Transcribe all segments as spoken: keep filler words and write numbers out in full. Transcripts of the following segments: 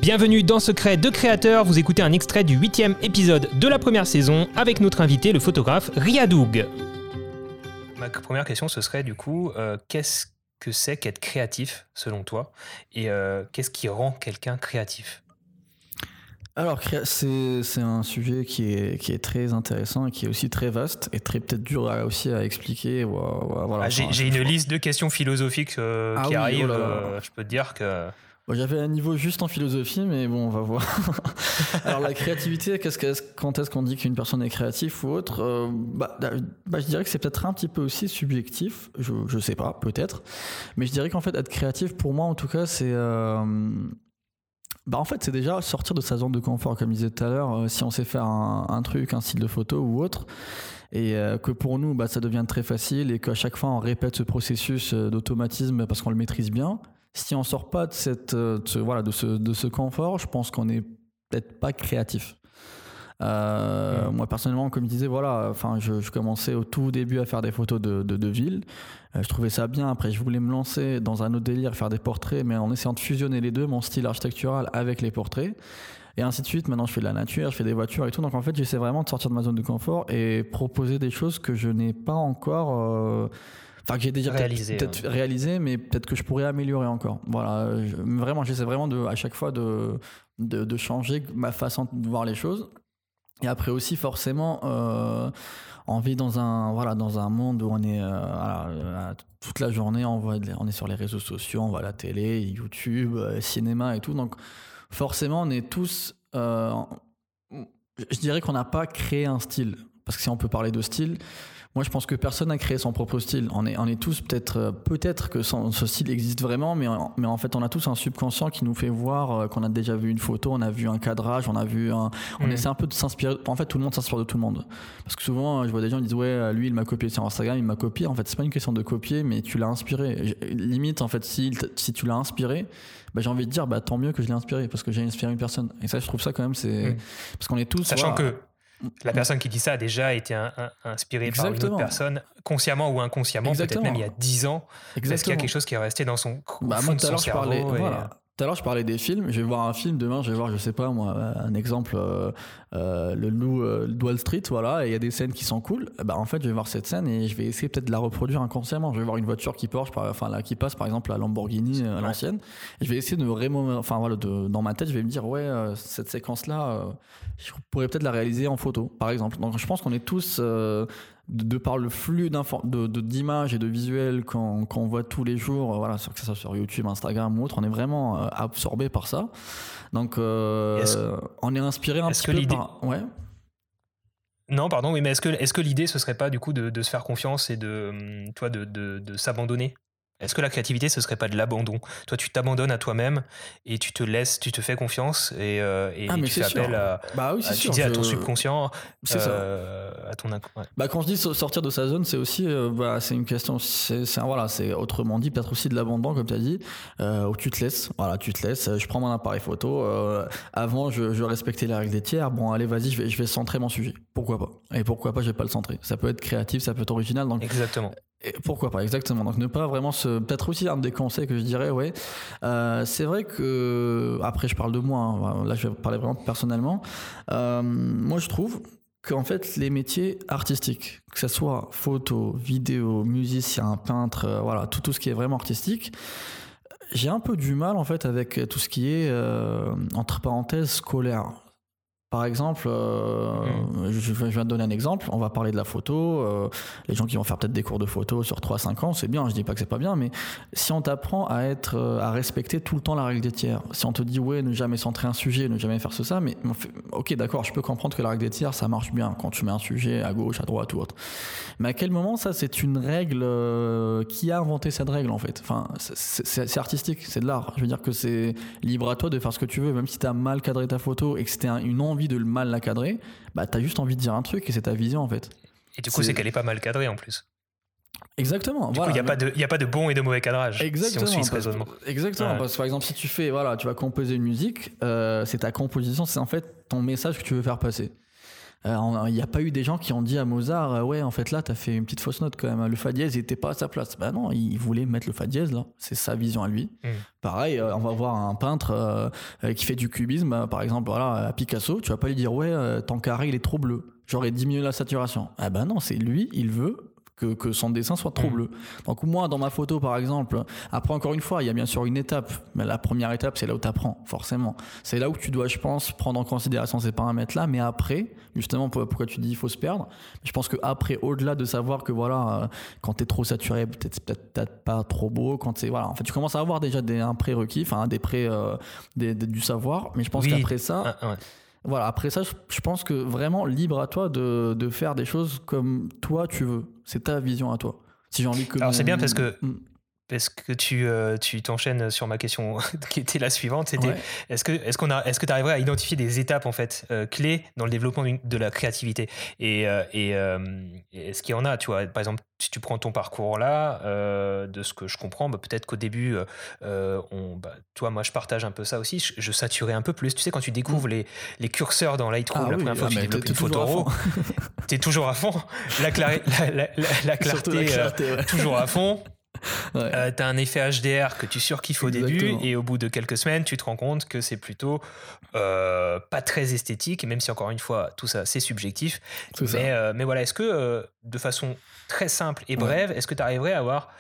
Bienvenue dans Secret de Créateur, vous écoutez un extrait du huitième épisode de la première saison avec notre invité, le photographe Riadoug. Ma première question, ce serait du coup, euh, qu'est-ce que c'est qu'être créatif selon toi et euh, qu'est-ce qui rend quelqu'un créatif ? Alors, c'est, c'est un sujet qui est, qui est très intéressant et qui est aussi très vaste et très peut-être dur à, aussi à expliquer. Voilà. Ah, j'ai, enfin, j'ai je, une je... liste de questions philosophiques euh, ah qui oui, arrivent. Oh euh, je peux te dire que... Bon, j'avais un niveau juste en philosophie, mais bon, on va voir. Alors, la créativité, qu'est-ce que, quand est-ce qu'on dit qu'une personne est créative ou autre euh, bah, bah, je dirais que c'est peut-être un petit peu aussi subjectif. Je, je sais pas, peut-être. Mais je dirais qu'en fait, être créatif, pour moi, en tout cas, c'est... Euh, Bah en fait c'est déjà sortir de sa zone de confort comme je disais tout à l'heure, euh, si on sait faire un, un truc, un style de photo ou autre et euh, que pour nous bah, ça devient très facile et qu'à chaque fois on répète ce processus euh, d'automatisme parce qu'on le maîtrise bien, si on sort pas de, cette, de, ce, voilà, de, ce, de ce confort, je pense qu'on n'est peut-être pas créatif. Euh, mmh. Moi personnellement, comme je disais, voilà, enfin, je, je commençais au tout début à faire des photos de, de, de ville. Euh, je trouvais ça bien. Après, je voulais me lancer dans un autre délire, faire des portraits, mais en essayant de fusionner les deux, mon style architectural avec les portraits. Et ainsi de suite. Maintenant, je fais de la nature, je fais des voitures et tout. Donc en fait, j'essaie vraiment de sortir de ma zone de confort et proposer des choses que je n'ai pas encore. Euh, Enfin, que j'ai déjà réalisé, peut-être, peut-être hein. réalisé, mais peut-être que je pourrais améliorer encore. Voilà, je, vraiment, j'essaie vraiment de, à chaque fois de, de, de changer ma façon de voir les choses. Et après aussi, forcément, euh, on vit dans un, voilà, dans un monde où on est euh, voilà, toute la journée, on, voit, on est sur les réseaux sociaux, on voit la télé, YouTube, euh, cinéma et tout. Donc, forcément, on est tous. Euh, je dirais qu'on n'a pas créé un style. Parce que si on peut parler de style. Moi, je pense que personne n'a créé son propre style. On est, on est tous peut-être, peut-être que son, ce style existe vraiment, mais, mais en fait, on a tous un subconscient qui nous fait voir qu'on a déjà vu une photo, on a vu un cadrage, on a vu un. On mmh. essaie un peu de s'inspirer. En fait, tout le monde s'inspire de tout le monde. Parce que souvent, je vois des gens qui disent ouais, lui, il m'a copié sur Instagram, il m'a copié. En fait, c'est pas une question de copier, mais tu l'as inspiré. Limite, en fait, si, si tu l'as inspiré, bah, j'ai envie de dire, bah, tant mieux que je l'ai inspiré, parce que j'ai inspiré une personne. Et ça, je trouve ça quand même, c'est. Mmh. Parce qu'on est tous. Sachant voilà, que. La personne qui dit ça a déjà été un, un, inspirée Exactement. par une autre personne, consciemment ou inconsciemment, Exactement. peut-être même il y a dix ans. Exactement. Est-ce qu'il y a quelque chose qui est resté dans son, bah, fond moi, de son je cerveau parlais, et... voilà. Tout à l'heure, je parlais des films. Je vais voir un film demain. Je vais voir, je sais pas moi, un exemple, euh, euh, le loup euh, de Wall Street, voilà. Et il y a des scènes qui sont cool. Bah en fait, je vais voir cette scène et je vais essayer peut-être de la reproduire inconsciemment. Je vais voir une voiture qui Porsche, enfin là, qui passe, par exemple la Lamborghini euh, à l'ancienne. Et je vais essayer de me rémo... enfin voilà, de, dans ma tête, je vais me dire ouais, euh, cette séquence-là, euh, je pourrais peut-être la réaliser en photo, par exemple. Donc je pense qu'on est tous euh, De, de par le flux de, de, d'images et de visuels qu'on, qu'on voit tous les jours, voilà, que ce soit sur YouTube, Instagram ou autre, on est vraiment euh, absorbé par ça. Donc, euh, on est inspiré un est-ce petit que peu l'idée... par... Ouais. Non, pardon, oui, mais est-ce que, est-ce que l'idée, ce serait pas du coup de, de se faire confiance et de, toi, de, de, de s'abandonner ? Est-ce que la créativité, ce serait pas de l'abandon ? Toi, tu t'abandonnes à toi-même et tu te laisses, tu te fais confiance et, euh, et, ah, et tu fais appel à, bah oui, c'est à, sûr, tu dis je... à ton subconscient, c'est euh, ça. à ton inc... ouais. Bah quand je dis sortir de sa zone, c'est aussi, euh, bah, c'est une question, c'est, c'est, voilà, c'est autrement dit peut-être aussi de l'abandon comme tu as dit, euh, où tu te laisses, voilà, tu te laisses. Je prends mon appareil photo. Euh, avant, je, je respectais les règles des tiers. Bon, allez, vas-y, je vais, je vais centrer mon sujet. Pourquoi pas ? Et pourquoi pas, je vais pas le centrer. Ça peut être créatif, ça peut être original. Donc exactement. Et pourquoi pas, exactement. Donc ne pas vraiment se... Peut-être aussi un des conseils que je dirais, ouais. Euh, c'est vrai que... Après, je parle de moi. Hein. Là, je vais parler vraiment personnellement. Euh, moi, je trouve qu'en fait, les métiers artistiques, que ce soit photo, vidéo, musicien, peintre, euh, voilà, tout, tout ce qui est vraiment artistique, j'ai un peu du mal, en fait, avec tout ce qui est, euh, entre parenthèses, scolaire. Par exemple, euh, mmh. je, je viens de donner un exemple, on va parler de la photo, euh, les gens qui vont faire peut-être des cours de photo sur trois à cinq ans, c'est bien, je dis pas que c'est pas bien, mais si on t'apprend à être, à respecter tout le temps la règle des tiers, si on te dit ouais, ne jamais centrer un sujet, ne jamais faire ce ça, mais ok d'accord, je peux comprendre que la règle des tiers ça marche bien quand tu mets un sujet à gauche, à droite ou autre, mais à quel moment ça c'est une règle, euh, qui a inventé cette règle en fait, enfin c'est, c'est, c'est artistique, c'est de l'art, je veux dire que c'est libre à toi de faire ce que tu veux, même si t'as mal cadré ta photo et que c'était un, une envie de le mal la cadrer, bah t'as juste envie de dire un truc et c'est ta vision en fait. Et du coup, c'est, c'est qu'elle est pas mal cadrée en plus. Exactement. Du voilà. coup, il n'y a, a pas de bon et de mauvais cadrage. Exactement. Si on suit ce parce, raisonnement. Exactement. Ouais. Parce que par exemple, si tu fais, voilà, tu vas composer une musique, euh, c'est ta composition, c'est en fait ton message que tu veux faire passer. Il euh, n'y a pas eu des gens qui ont dit à Mozart euh, ouais en fait là t'as fait une petite fausse note quand même, le fa dièse il était pas à sa place. Ben non, il voulait mettre le fa dièse là, c'est sa vision à lui. Mmh. Pareil, euh, on va voir un peintre euh, qui fait du cubisme, euh, par exemple voilà, à Picasso, tu vas pas lui dire ouais euh, ton carré il est trop bleu, j'aurais diminué la saturation. Ah ben non, c'est lui, il veut Que, que son dessin soit trop mmh. bleu. Donc moi, dans ma photo, par exemple, après, encore une fois, il y a bien sûr une étape, mais la première étape, c'est là où tu apprends, forcément. C'est là où tu dois, je pense, prendre en considération ces paramètres-là, mais après, justement, pourquoi tu dis il faut se perdre, je pense qu'après, au-delà de savoir que, voilà, euh, quand tu es trop saturé, peut-être c'est peut-être, peut-être pas trop beau, quand c'est, voilà, en fait, tu commences à avoir déjà des, un prérequis, enfin, des pré, euh, des, des, du savoir, mais je pense oui. qu'après ça... Ah, ouais. Voilà, après ça, je, je pense que vraiment libre à toi de, de faire des choses comme toi tu veux. C'est ta vision à toi. Si j'ai envie que Alors mon... c'est bien parce que mm. parce que tu euh, tu t'enchaînes sur ma question qui était la suivante. C'était ouais. est-ce que est-ce qu'on a est-ce que tu arriverais à identifier des étapes en fait euh, clés dans le développement de la créativité et euh, et, euh, et est-ce qu'il y en a, tu vois, par exemple si tu prends ton parcours là, euh, de ce que je comprends, bah, peut-être qu'au début, euh, on, bah, toi, moi, je partage un peu ça aussi. Je, je saturais un peu plus. Tu sais, quand tu découvres mmh. les, les curseurs dans Lightroom, ah, la oui, première fois ah, que tu développes une photo RAW, t'es toujours à fond. La, cla- la, la, la, la clarté, la clarté euh, ouais. toujours à fond. Ouais. Euh, t'as un effet H D R que tu surkiffes au début et au bout de quelques semaines tu te rends compte que c'est plutôt euh, pas très esthétique, même si encore une fois tout ça c'est subjectif c'est mais, euh, mais voilà, est-ce que euh, de façon très simple et brève ouais. est-ce que tu arriverais à avoir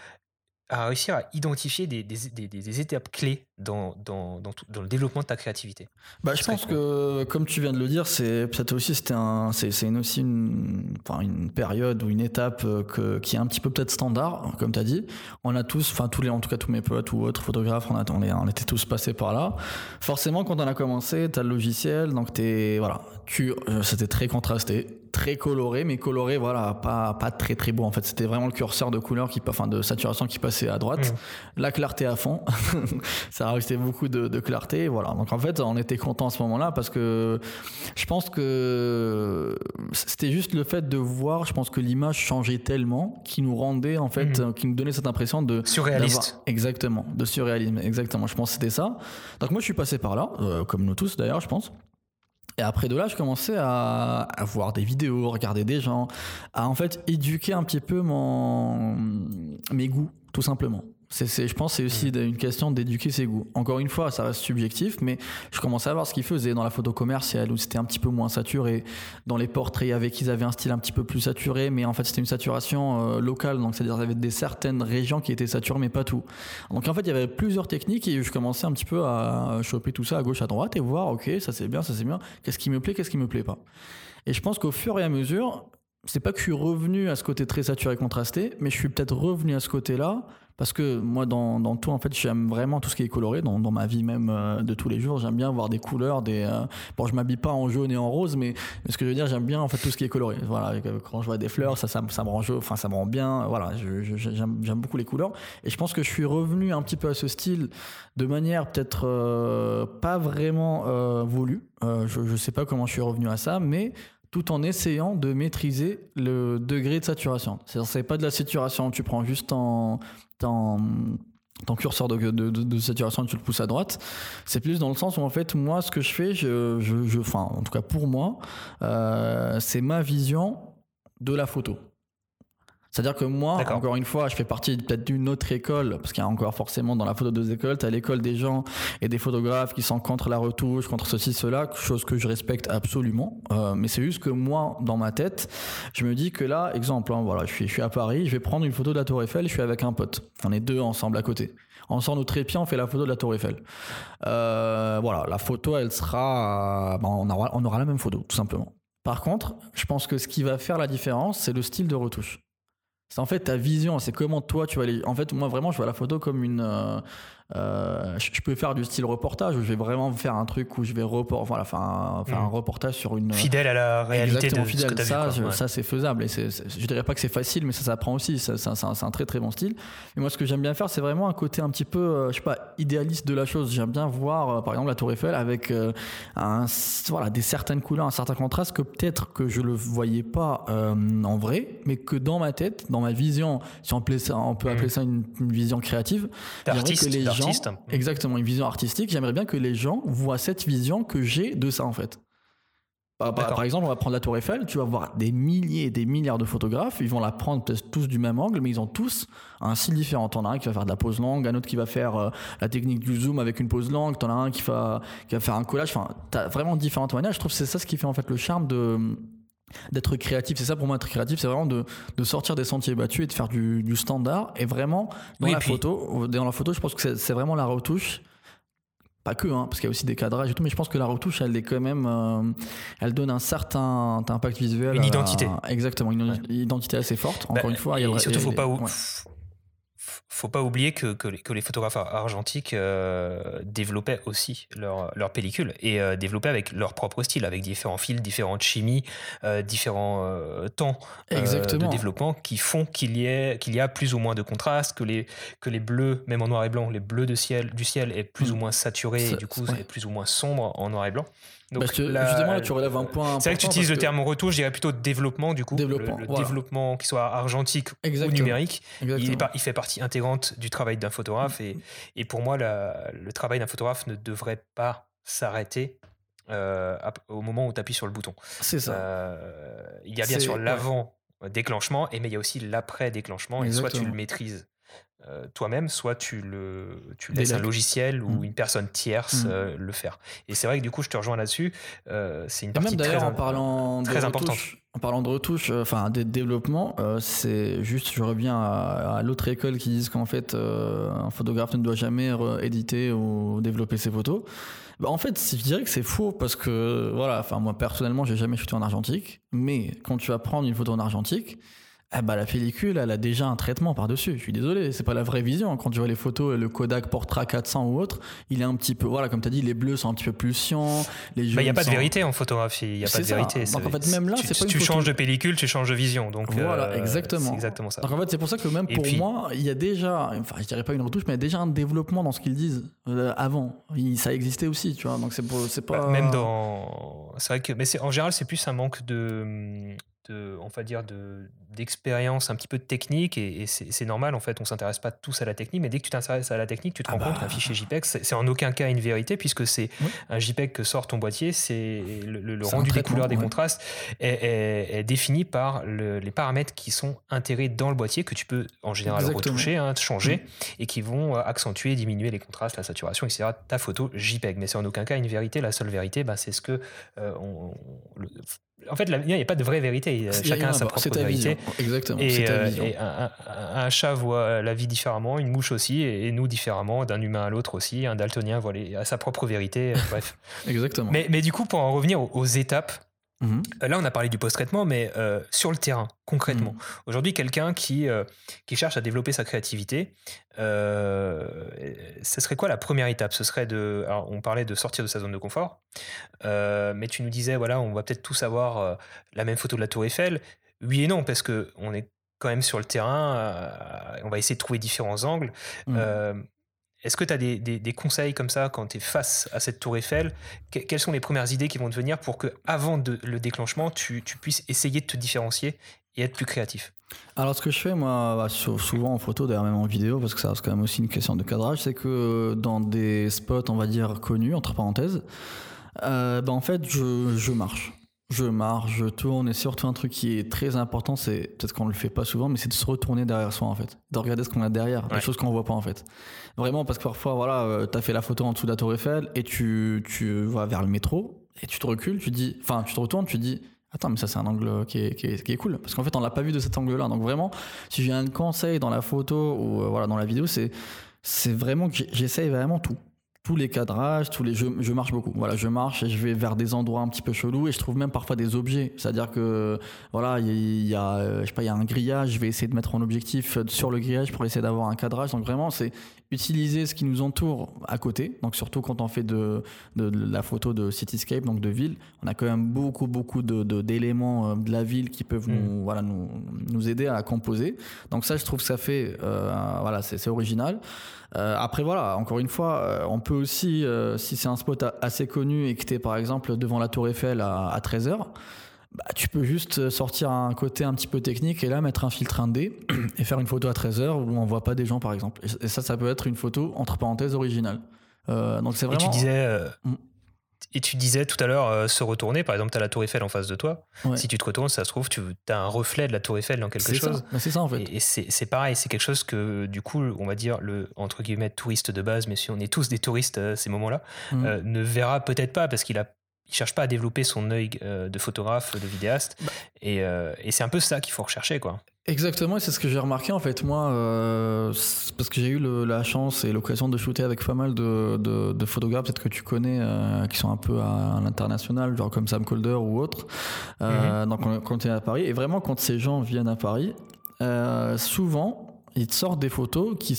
à réussir à identifier des, des, des, des étapes clés dans, dans, dans, tout, dans le développement de ta créativité? Bah, je pense cool. que, comme tu viens de le dire, c'est, peut-être aussi, c'était un, c'est, c'est une, aussi une, enfin, une période ou une étape que, qui est un petit peu peut-être standard, comme tu as dit. On a tous, enfin tous les, en tout cas tous mes potes ou autres photographes, on, a, on, est, on était tous passés par là. Forcément, quand on a commencé, tu as le logiciel, donc t'es, voilà, tu, c'était très contrasté. Très coloré, mais coloré, voilà, pas, pas très très beau en fait. C'était vraiment le curseur de couleur, qui, enfin de saturation qui passait à droite. Mmh. La clarté à fond, ça a resté beaucoup de, de clarté, voilà. Donc en fait, on était content à ce moment-là parce que je pense que c'était juste le fait de voir, je pense que l'image changeait tellement qui nous rendait en fait, mmh. qui nous donnait cette impression de surréaliste. Exactement, de surréalisme, exactement. Je pense que c'était ça. Donc moi, je suis passé par là, euh, comme nous tous d'ailleurs, je pense. Et après de là, je commençais à, à voir des vidéos, regarder des gens, à en fait éduquer un petit peu mon, mes goûts, tout simplement. C'est, c'est, je pense que c'est aussi une question d'éduquer ses goûts. Encore une fois, ça reste subjectif, mais je commençais à voir ce qu'ils faisaient dans la photo commerciale où c'était un petit peu moins saturé. Dans les portraits, avec ils avaient un style un petit peu plus saturé, mais en fait c'était une saturation euh, locale, donc c'est-à-dire qu'il y avait des certaines régions qui étaient saturées, mais pas tout. Donc en fait, il y avait plusieurs techniques et je commençais un petit peu à choper tout ça à gauche, à droite et voir, ok, ça c'est bien, ça c'est bien, qu'est-ce qui me plaît, qu'est-ce qui me plaît pas. Et je pense qu'au fur et à mesure, c'est pas que je suis revenu à ce côté très saturé contrasté, mais je suis peut-être revenu à ce côté-là parce que moi dans, dans tout en fait j'aime vraiment tout ce qui est coloré dans, dans ma vie même euh, de tous les jours. J'aime bien voir des couleurs, des euh, bon je m'habille pas en jaune et en rose, mais, mais ce que je veux dire, j'aime bien en fait tout ce qui est coloré. Voilà, quand je vois des fleurs, ça ça, ça me rend jaune, enfin ça me rend bien. Voilà, je, je, j'aime, j'aime beaucoup les couleurs et je pense que je suis revenu un petit peu à ce style de manière peut-être euh, pas vraiment euh, voulue. Euh, je je sais pas comment je suis revenu à ça, mais tout en essayant de maîtriser le degré de saturation. C'est-à-dire, c'est pas de la saturation, tu prends juste ton, ton, ton curseur de, de, de, de saturation et tu le pousses à droite. C'est plus dans le sens où, en fait, moi, ce que je fais, je, je, je, enfin, en tout cas pour moi, euh, c'est ma vision de la photo. C'est-à-dire que moi, D'accord. encore une fois, je fais partie peut-être d'une autre école, parce qu'il y a encore forcément dans la photo deux écoles. Tu as l'école des gens et des photographes qui sont contre la retouche, contre ceci, cela, chose que je respecte absolument. Euh, mais c'est juste que moi, dans ma tête, je me dis que là, exemple, hein, voilà, je suis, je suis à Paris, je vais prendre une photo de la Tour Eiffel, je suis avec un pote. On est deux ensemble à côté. On sort nos trépieds, on fait la photo de la Tour Eiffel. Euh, voilà, la photo, elle sera... Ben, on aura, on aura la même photo, tout simplement. Par contre, je pense que ce qui va faire la différence, c'est le style de retouche. C'est en fait ta vision, c'est comment toi tu vas aller. En fait, moi vraiment, je vois la photo comme une. Euh, euh, je peux faire du style reportage où je vais vraiment faire un truc où je vais report, voilà, faire un, faire mmh. un reportage sur une. Fidèle à la réalité Exactement, de fidèle. ce que t'as ça, vu. Quoi. Je, ça, c'est faisable. Et c'est, c'est, je dirais pas que c'est facile, mais ça s'apprend aussi. Ça, ça, c'est, un, c'est un très très bon style. Et moi, ce que j'aime bien faire, c'est vraiment un côté un petit peu, euh, je sais pas, idéaliste de la chose. J'aime bien voir, euh, par exemple, la Tour Eiffel avec euh, un, voilà, des certaines couleurs, un certain contraste que peut-être que je le voyais pas euh, en vrai, mais que dans ma tête, dans ma vision, si on, ça, on peut appeler ça une, une vision créative, d'artiste, que les d'artiste. gens, exactement, une vision artistique. J'aimerais bien que les gens voient cette vision que j'ai de ça en fait. Par, par, par exemple, on va prendre la Tour Eiffel, tu vas voir des milliers et des milliards de photographes, ils vont la prendre peut-être tous du même angle, mais ils ont tous un style différent. T'en as un qui va faire de la pose longue, un autre qui va faire euh, la technique du zoom avec une pose longue, t'en as un qui va, qui va faire un collage, enfin, t'as vraiment différentes manières. Je trouve que c'est ça ce qui fait en fait le charme de, d'être créatif. C'est ça pour moi, être créatif, c'est vraiment de, de sortir des sentiers battus et de faire du, du standard. Et vraiment, dans, oui, la puis... photo, dans la photo, je pense que c'est, c'est vraiment la retouche. Pas que, hein, parce qu'il y a aussi des cadrages et tout, mais je pense que la retouche, elle est quand même, euh, elle donne un certain impact visuel. Une identité. À, exactement, une ouais. identité assez forte. Encore bah, une fois, il y a et surtout, faut les, pas ouais. faut pas oublier que, que, les, que les photographes argentiques euh, développaient aussi leur, leur pellicule et euh, développaient avec leur propre style, avec différents fils, différentes chimies, euh, différents euh, temps euh, de développement qui font qu'il y, ait, qu'il y a plus ou moins de contraste, que les, que les bleus, même en noir et blanc, les bleus de ciel, du ciel est plus mmh. ou moins saturé ça, et du coup ouais. c'est plus ou moins sombre en noir et blanc. Donc, bah, te, la, justement, là, tu relèves un point. C'est vrai que tu utilises le que... terme retouche, je dirais plutôt développement, du coup. Développement. Le, le voilà. développement, qu'il soit argentique Exactement. ou numérique, il, est pas, il fait partie intégrante du travail d'un photographe. Et, et pour moi, la, le travail d'un photographe ne devrait pas s'arrêter euh, au moment où tu appuies sur le bouton. C'est ça. Euh, il y a bien sûr l'avant-déclenchement, et mais il y a aussi l'après-déclenchement. Et soit tu le maîtrises Euh, toi-même, soit tu, le, tu laisses un logiciel ou mmh. une personne tierce mmh. euh, le faire. Et c'est vrai que du coup, je te rejoins là-dessus. Euh, c'est une et partie même d'ailleurs, très, en parlant très de importante. Retouche, en parlant de retouche, enfin euh, de développement, euh, c'est juste, je reviens à, à l'autre école qui disent qu'en fait, euh, un photographe ne doit jamais éditer ou développer ses photos. Bah, en fait, je dirais que c'est faux parce que, voilà, enfin moi personnellement, j'ai jamais shooté en argentique, mais quand tu vas prendre une photo en argentique, eh ben, la pellicule, elle a déjà un traitement par-dessus. Je suis désolé, c'est pas la vraie vision. Quand tu vois les photos, le Kodak Portra quatre cents ou autre, il est un petit peu, voilà, comme tu as dit, les bleus sont un petit peu plus chiants. Il bah, n'y a pas sont... de vérité en photographie. Il n'y a c'est pas de ça. vérité. Donc, en fait, même là, tu, c'est pas tu une photo... changes de pellicule, tu changes de vision. Donc, voilà, euh, exactement. C'est exactement ça. Donc, en fait, c'est pour ça que même pour puis... moi, il y a déjà, enfin, je dirais pas une retouche, mais il y a déjà un développement dans ce qu'ils disent euh, avant. Il, ça existait aussi, tu vois. Donc, c'est, pour, c'est pas. Bah, même dans. C'est vrai que. Mais c'est, en général, c'est plus un manque de. De, on va dire de, d'expérience, un petit peu de technique, et, et c'est, c'est normal, en fait, on s'intéresse pas tous à la technique, mais dès que tu t'intéresses à la technique, tu te ah rends bah... compte qu'un fichier JPEG, c'est, c'est en aucun cas une vérité, puisque c'est oui. un JPEG que sort ton boîtier, c'est le, le, le c'est rendu des couleurs, ouais. des contrastes est, est, est défini par le, les paramètres qui sont intégrés dans le boîtier, que tu peux en général Exactement. retoucher, hein, changer, mmh. et qui vont accentuer, diminuer les contrastes, la saturation, et cetera. Ta photo JPEG, mais c'est en aucun cas une vérité. La seule vérité, bah, c'est ce que euh, on, on, le, en fait, il n'y a pas de vraie vérité. C'est Chacun a sa propre vérité. Vision. Exactement. Et, c'est ta euh, vision. et un, un, un chat voit la vie différemment, une mouche aussi, et, et nous différemment, d'un humain à l'autre aussi. Un daltonien voit les, a sa propre vérité. Bref. Exactement. Mais, mais du coup, pour en revenir aux, aux étapes, mm-hmm. là, on a parlé du post-traitement, mais euh, sur le terrain, concrètement. Mm-hmm. Aujourd'hui, quelqu'un qui, euh, qui cherche à développer sa créativité, euh, ce serait quoi la première étape ? Ce serait de. Alors, on parlait de sortir de sa zone de confort, euh, mais tu nous disais, voilà, on va peut-être tous avoir euh, la même photo de la Tour Eiffel. Oui et non, parce qu'on est quand même sur le terrain, euh, on va essayer de trouver différents angles. Mm-hmm. Euh, Est-ce que tu as des, des, des conseils comme ça quand tu es face à cette Tour Eiffel ? que, Quelles sont les premières idées qui vont te venir pour qu'avant de, le déclenchement, tu, tu puisses essayer de te différencier et être plus créatif ? Alors ce que je fais moi bah, souvent en photo, d'ailleurs même en vidéo, parce que ça reste quand même aussi une question de cadrage, c'est que dans des spots on va dire connus, entre parenthèses, euh, bah, en fait je, je marche. Je marche, je tourne, et surtout un truc qui est très important, c'est peut-être qu'on le fait pas souvent, mais c'est de se retourner derrière soi en fait, de regarder ce qu'on a derrière, ouais. les choses qu'on voit pas en fait. Vraiment, parce que parfois, voilà, euh, t'as fait la photo en dessous de la Tour Eiffel et tu tu vas vers le métro et tu te recules, tu dis, enfin, tu te retournes, tu dis, attends, mais ça c'est un angle qui est qui est, qui est cool, parce qu'en fait on l'a pas vu de cet angle-là. Donc vraiment, si j'ai un conseil dans la photo ou euh, voilà dans la vidéo, c'est c'est vraiment que j'essaye vraiment tout. Tous les cadrages, tous les, je, je marche beaucoup. Voilà, je marche et je vais vers des endroits un petit peu chelous et je trouve même parfois des objets. C'est-à-dire que voilà, il y, y a, je sais pas, il y a un grillage. Je vais essayer de mettre un objectif sur le grillage pour essayer d'avoir un cadrage. Donc vraiment, c'est utiliser ce qui nous entoure à côté. Donc surtout quand on fait de, de, de la photo de cityscape, donc de ville, on a quand même beaucoup beaucoup de, de d'éléments de la ville qui peuvent mmh. nous voilà nous nous aider à la composer. Donc ça, je trouve que ça fait euh, voilà, c'est, c'est original. Euh, après voilà, encore une fois, euh, on peut aussi, euh, si c'est un spot a, assez connu et que t'es par exemple devant la Tour Eiffel à, à treize heures, bah, tu peux juste sortir un côté un petit peu technique et là mettre un filtre un D et faire une photo à treize heures où on voit pas des gens par exemple. Et, et ça, ça peut être une photo entre parenthèses originale. Euh, donc c'est vraiment. Et tu disais, euh, et tu disais tout à l'heure euh, se retourner, par exemple, tu as la Tour Eiffel en face de toi. Ouais. Si tu te retournes, ça se trouve, tu as un reflet de la Tour Eiffel dans quelque C'est chose. ça. Mais c'est ça en fait. Et, et c'est, c'est pareil, c'est quelque chose que, du coup, on va dire, le entre guillemets, touriste de base, mais si on est tous des touristes à ces moments-là, Mmh. euh, ne verra peut-être pas parce qu'il a. Il cherche pas à développer son œil euh, de photographe, de vidéaste. Bah. Et, euh, et c'est un peu ça qu'il faut rechercher, quoi. Exactement, et c'est ce que j'ai remarqué en fait moi, euh, parce que j'ai eu le, la chance et l'occasion de shooter avec pas mal de, de, de photographes, peut-être que tu connais, euh, qui sont un peu à, à l'international, genre comme Sam Calder ou autre, euh, mm-hmm. donc quand tu es à Paris, et vraiment quand ces gens viennent à Paris, euh, souvent ils te sortent des photos qui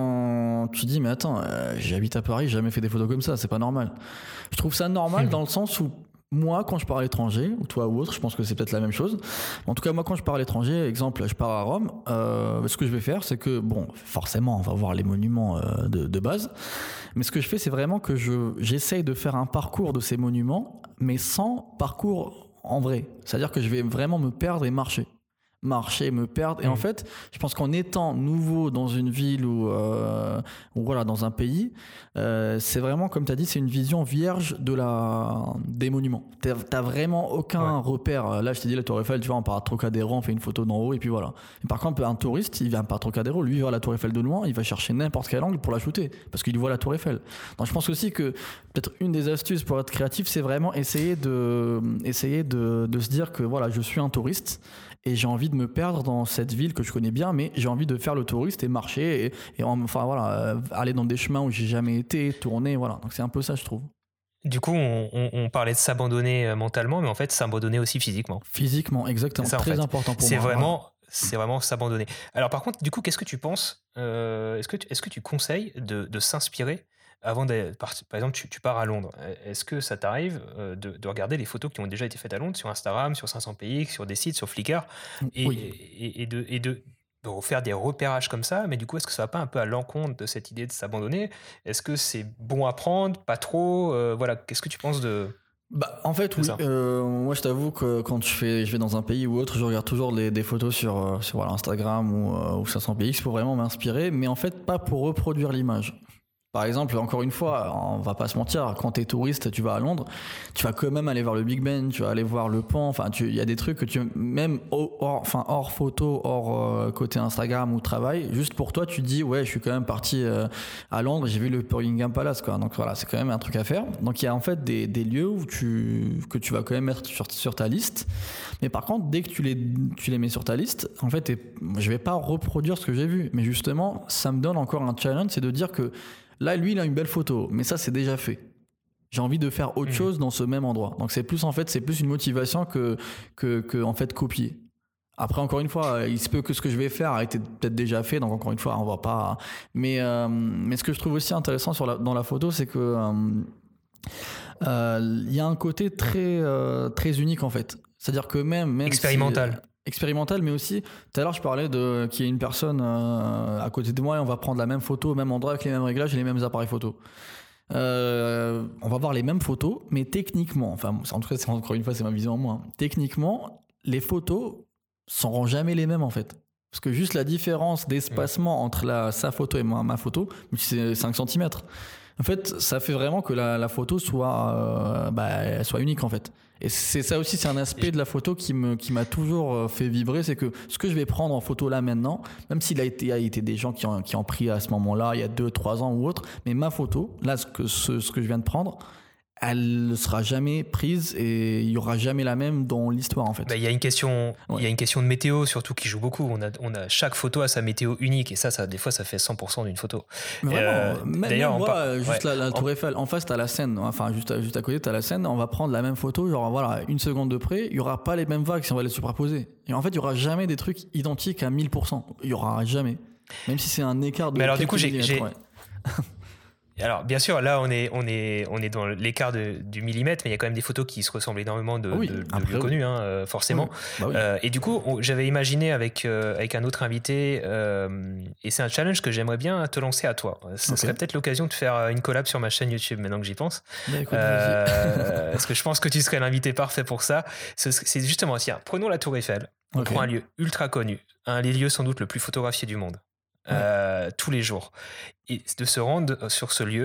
sont, tu te dis mais attends, euh, j'habite à Paris, j'ai jamais fait des photos comme ça, c'est pas normal. Je trouve ça normal mm-hmm. dans le sens où moi, quand je pars à l'étranger, ou toi ou autre, je pense que c'est peut-être la même chose. En tout cas, moi, quand je pars à l'étranger, exemple, je pars à Rome, euh, ce que je vais faire, c'est que, bon, forcément, on va voir les monuments euh, de, de base, mais ce que je fais, c'est vraiment que je, j'essaye de faire un parcours de ces monuments, mais sans parcours en vrai. C'est-à-dire que je vais vraiment me perdre et marcher. marcher, me perdre. Et mmh. en fait, je pense qu'en étant nouveau dans une ville ou, euh, ou voilà, dans un pays, euh, c'est vraiment, comme tu as dit, c'est une vision vierge de la, des monuments. Tu n'as vraiment aucun ouais. repère. Là, je t'ai dit, la Tour Eiffel, tu vois, on part à Trocadéro, on fait une photo d'en haut et puis voilà. Et par contre, un touriste, il vient pas à Trocadéro, lui, il voit la Tour Eiffel de loin, il va chercher n'importe quel angle pour la shooter parce qu'il voit la Tour Eiffel. Donc, je pense aussi que peut-être une des astuces pour être créatif, c'est vraiment essayer de, essayer de, de se dire que voilà, je suis un touriste. Et j'ai envie de me perdre dans cette ville que je connais bien, mais j'ai envie de faire le touriste et marcher et, et enfin voilà, euh, aller dans des chemins où j'ai jamais été, tourner, voilà. Donc c'est un peu ça, je trouve. Du coup, on, on, on parlait de s'abandonner mentalement, mais en fait, s'abandonner aussi physiquement. Physiquement, exactement. C'est ça, très en fait. important pour c'est moi. Vraiment, ouais. C'est vraiment s'abandonner. Alors par contre, du coup, qu'est-ce que tu penses euh, est-ce, que tu, est-ce que tu conseilles de, de s'inspirer avant de, par, par exemple, tu, tu pars à Londres. Est-ce que ça t'arrive euh, de, de regarder les photos qui ont déjà été faites à Londres sur Instagram, sur cinq cents P X, sur des sites, sur Flickr, et, oui. et, et, de, et de, de faire des repérages comme ça? Mais du coup, est-ce que ça va pas un peu à l'encontre de cette idée de s'abandonner? Est-ce que c'est bon à prendre, pas trop euh, Voilà, qu'est-ce que tu penses de... Bah, en fait, oui. Euh, moi, je t'avoue que quand je, fais, je vais dans un pays ou autre, je regarde toujours les, des photos sur, sur voilà, Instagram ou, euh, ou cinq cents P X pour vraiment m'inspirer, mais en fait, pas pour reproduire l'image. Par exemple, encore une fois, on va pas se mentir, quand t'es touriste, tu vas à Londres, tu vas quand même aller voir le Big Ben, tu vas aller voir le pont, enfin, il y a des trucs que tu, même hors, enfin, hors photo, hors euh, côté Instagram ou travail, juste pour toi, tu te dis, ouais, je suis quand même parti euh, à Londres, j'ai vu le Buckingham Palace, quoi. Donc voilà, c'est quand même un truc à faire. Donc il y a en fait des, des lieux où tu, que tu vas quand même mettre sur, sur ta liste. Mais par contre, dès que tu les, tu les mets sur ta liste, en fait, je vais pas reproduire ce que j'ai vu. Mais justement, ça me donne encore un challenge, c'est de dire que là, lui, il a une belle photo, mais ça, c'est déjà fait. J'ai envie de faire autre mmh. chose dans ce même endroit. Donc, c'est plus, en fait, c'est plus une motivation que, que, que, en fait, copier. Après, encore une fois, il se peut que ce que je vais faire a été peut-être déjà fait, donc encore une fois, on va pas. Mais, euh, mais ce que je trouve aussi intéressant sur la, dans la photo, c'est que il euh, euh, y a un côté très, euh, très unique, en fait. C'est-à-dire que même, même expérimental. Si, expérimental, mais aussi, tout à l'heure je parlais de qu'il y a une personne euh, à côté de moi et on va prendre la même photo au même endroit avec les mêmes réglages et les mêmes appareils photo. Euh, on va voir les mêmes photos, mais techniquement, enfin en tout cas c'est, encore une fois c'est ma vision en moi, hein. Techniquement, les photos seront jamais les mêmes en fait. Parce que juste la différence d'espacement entre la, sa photo et ma, ma photo, c'est cinq centimètres. En fait, ça fait vraiment que la, la photo soit, euh, bah, soit unique en fait. Et c'est ça aussi, c'est un aspect de la photo qui, me, qui m'a toujours fait vibrer, c'est que ce que je vais prendre en photo là maintenant, même s'il a été, il y a été des gens qui ont, qui ont pris à ce moment-là, il y a deux, trois ans ou autre, mais ma photo, là, ce que, ce, ce que je viens de prendre, elle ne sera jamais prise et il n'y aura jamais la même dans l'histoire en fait. Bah, il y a une question, ouais. il y a une question de météo surtout qui joue beaucoup. On a, on a chaque photo a sa météo unique et ça, ça des fois ça fait cent pour cent d'une photo. Mais vraiment, euh, même, d'ailleurs, même moi, par... juste ouais. la, la Tour Eiffel, en face t'as la Seine, enfin juste, juste à côté t'as la Seine, on va prendre la même photo, genre voilà, une seconde de près, il n'y aura pas les mêmes vagues si on va les superposer. Et en fait, il n'y aura jamais des trucs identiques à mille pour cent. Il n'y aura jamais. Même si c'est un écart de. Mais alors du coup, j'ai. j'ai... Ouais. Alors, bien sûr, là, on est, on est, on est dans l'écart de, du millimètre, mais il y a quand même des photos qui se ressemblent énormément de, oui, de, de lieux connus, hein, euh, forcément. Oui. Bah oui. euh, et du coup, on, j'avais imaginé avec, euh, avec un autre invité, euh, et c'est un challenge que j'aimerais bien te lancer à toi. Ce okay. serait peut-être l'occasion de faire une collab sur ma chaîne YouTube, maintenant que j'y pense. Bah, écoute, euh, parce que je pense que tu serais l'invité parfait pour ça. C'est, c'est justement, tiens, prenons la Tour Eiffel. On okay. prend un lieu ultra connu, un des lieux sans doute le plus photographié du monde, ouais. euh, tous les jours. Et de se rendre sur ce lieu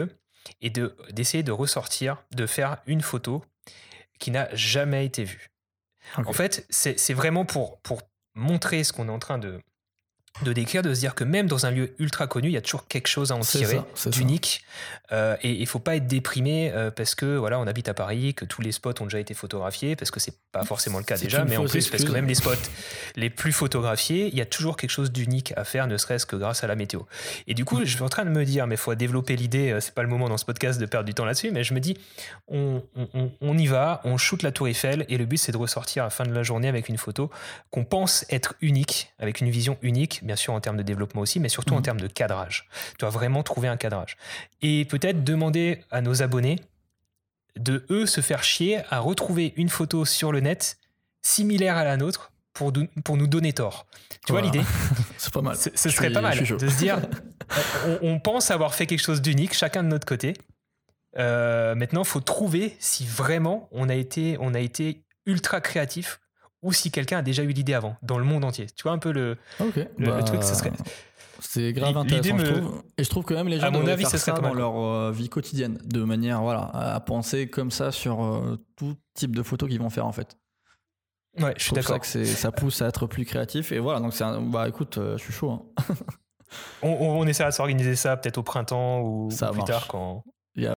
et de, d'essayer de ressortir, de faire une photo qui n'a jamais été vue. Ok. En fait, c'est, c'est vraiment pour, pour montrer ce qu'on est en train de, de décrire, de se dire que même dans un lieu ultra connu, il y a toujours quelque chose à en C'est tirer ça, c'est ça. d'unique. Euh, et il ne faut pas être déprimé euh, parce que voilà, on habite à Paris, que tous les spots ont déjà été photographiés, parce que c'est pas forcément le cas C'est déjà, une mais en fausse plus parce que excuse. même les spots les plus photographiés, il y a toujours quelque chose d'unique à faire, ne serait-ce que grâce à la météo. Et du coup, je suis en train de me dire, mais il faut développer l'idée, euh, c'est pas le moment dans ce podcast de perdre du temps là-dessus, mais je me dis, on, on, on y va, on shoot la Tour Eiffel, et le but c'est de ressortir à la fin de la journée avec une photo qu'on pense être unique, avec une vision unique, bien sûr en termes de développement aussi, mais surtout Mhm. en termes de cadrage. Tu dois vraiment trouver un cadrage. Et peut-être demander à nos abonnés de, eux, se faire chier à retrouver une photo sur le net similaire à la nôtre pour, do- pour nous donner tort. Tu Voilà. vois l'idée? C'est pas mal. Ce, ce Je serait suis- pas mal je suis chaud. de se dire, on, on pense avoir fait quelque chose d'unique, chacun de notre côté. Euh, maintenant, il faut trouver si vraiment on a été, on a été ultra créatif ou si quelqu'un a déjà eu l'idée avant, dans le monde entier. Tu vois un peu le, Ok. le, le Bah, truc, ce serait... C'est grave L'idée intéressant, me- je trouve. Et je trouve que même les À gens mon devraient avis, faire ça serait ça pas dans mal. leur euh, vie quotidienne, de manière voilà, à penser comme ça sur euh, tout type de photos qu'ils vont faire en fait. Ouais, je Je suis trouve ça d'accord. que c'est, ça pousse à être plus créatif et voilà. Donc c'est un, bah écoute, euh, je suis chaud. Hein. On, on, on essaiera de s'organiser ça peut-être au printemps ou, Ça ou plus marche. tard quand,